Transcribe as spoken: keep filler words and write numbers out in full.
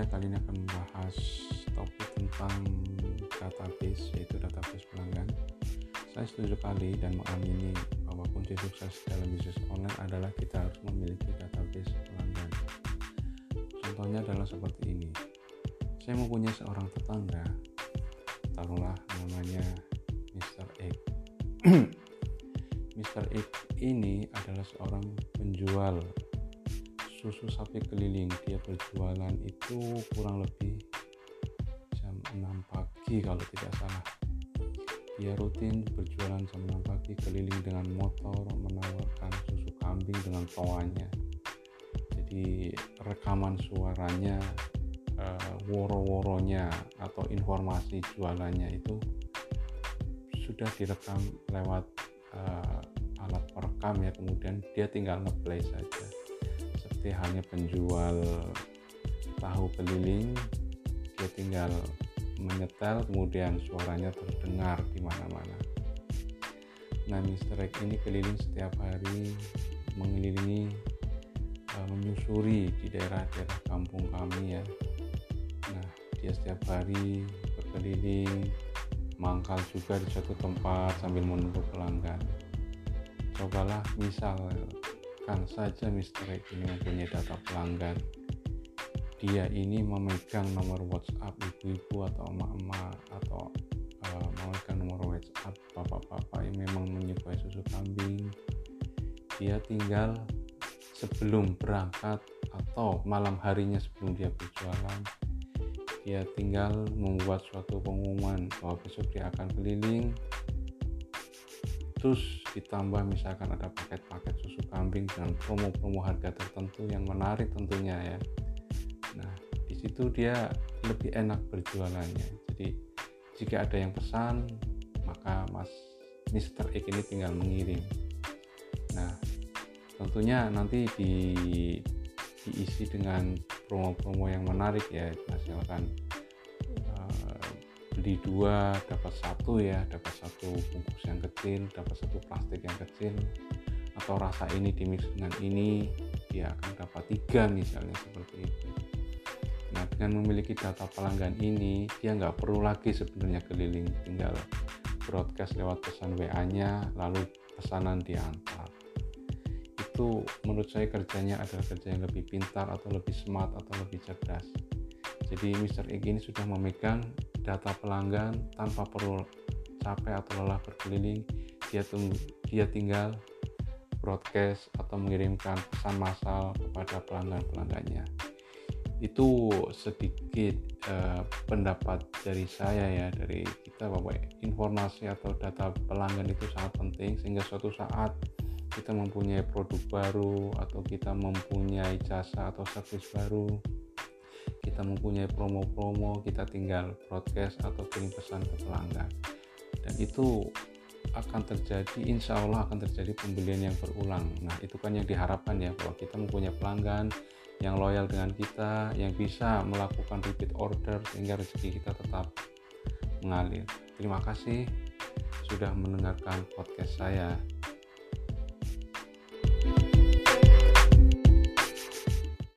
saya kali ini akan membahas topik tentang database, yaitu database pelanggan. Saya setuju sekali dan mengamini bahwa kunci sukses dalam bisnis online adalah kita harus memiliki database pelanggan. Contohnya adalah seperti ini. Saya mempunyai seorang tetangga, taruhlah namanya mister X. mister X ini adalah seorang penjual susu sapi keliling. Dia berjualan itu kurang lebih jam enam pagi kalau tidak salah. Dia rutin berjualan jam enam pagi keliling dengan motor, menawarkan susu kambing dengan toanya. Jadi rekaman suaranya, uh, woro-woronya atau informasi jualannya itu sudah direkam lewat uh, alat perekam ya, kemudian dia tinggal ngeplay saja. Seperti halnya penjual tahu keliling, dia tinggal menyetel kemudian suaranya terdengar di mana-mana. Nah, mister X ini keliling setiap hari, mengelilingi, uh, menyusuri di daerah-daerah kampung kami ya. Nah, dia setiap hari berkeliling, mangkal juga di suatu tempat sambil menunggu pelanggan. Cobalah misalkan saja mister X ini mempunyai data pelanggan. Dia ini memegang nomor WhatsApp ibu-ibu atau emak-emak atau uh, memegang nomor WhatsApp bapak-bapak yang memang menyukai susu kambing. Dia tinggal sebelum berangkat atau malam harinya sebelum dia berjualan, dia tinggal membuat suatu pengumuman bahwa besok dia akan keliling. Terus ditambah misalkan ada paket-paket susu kambing dengan promo-promo harga tertentu yang menarik tentunya ya. Nah, di situ dia lebih enak berjualannya. Jadi jika ada yang pesan, maka Mas mister X ini tinggal mengirim. Nah, tentunya nanti di diisi dengan promo-promo yang menarik ya. Misalkan beli dua dapat satu ya, dapat satu bungkus yang kecil, dapat satu plastik yang kecil, atau rasa ini dimix dengan ini dia akan dapat tiga misalnya seperti itu. Nah, dengan memiliki data pelanggan ini, dia nggak perlu lagi sebenarnya keliling, tinggal broadcast lewat pesan W A-nya, lalu pesanan diantar. Itu menurut saya kerjanya adalah kerja yang lebih pintar atau lebih smart atau lebih cerdas. Jadi mister X ini sudah memegang data pelanggan tanpa perlu capek atau lelah berkeliling. Dia tunggu, dia tinggal broadcast atau mengirimkan pesan massal kepada pelanggan-pelanggannya. Itu sedikit eh, pendapat dari saya ya, dari kita bahwa informasi atau data pelanggan itu sangat penting, sehingga suatu saat kita mempunyai produk baru atau kita mempunyai jasa atau servis baru, kita mempunyai promo-promo, kita tinggal broadcast atau kirim pesan ke pelanggan, dan itu akan terjadi, insya Allah akan terjadi pembelian yang berulang. Nah, itu kan yang diharapkan ya, bahwa kita mempunyai pelanggan yang loyal dengan kita, yang bisa melakukan repeat order sehingga rezeki kita tetap mengalir. Terima kasih sudah mendengarkan podcast saya.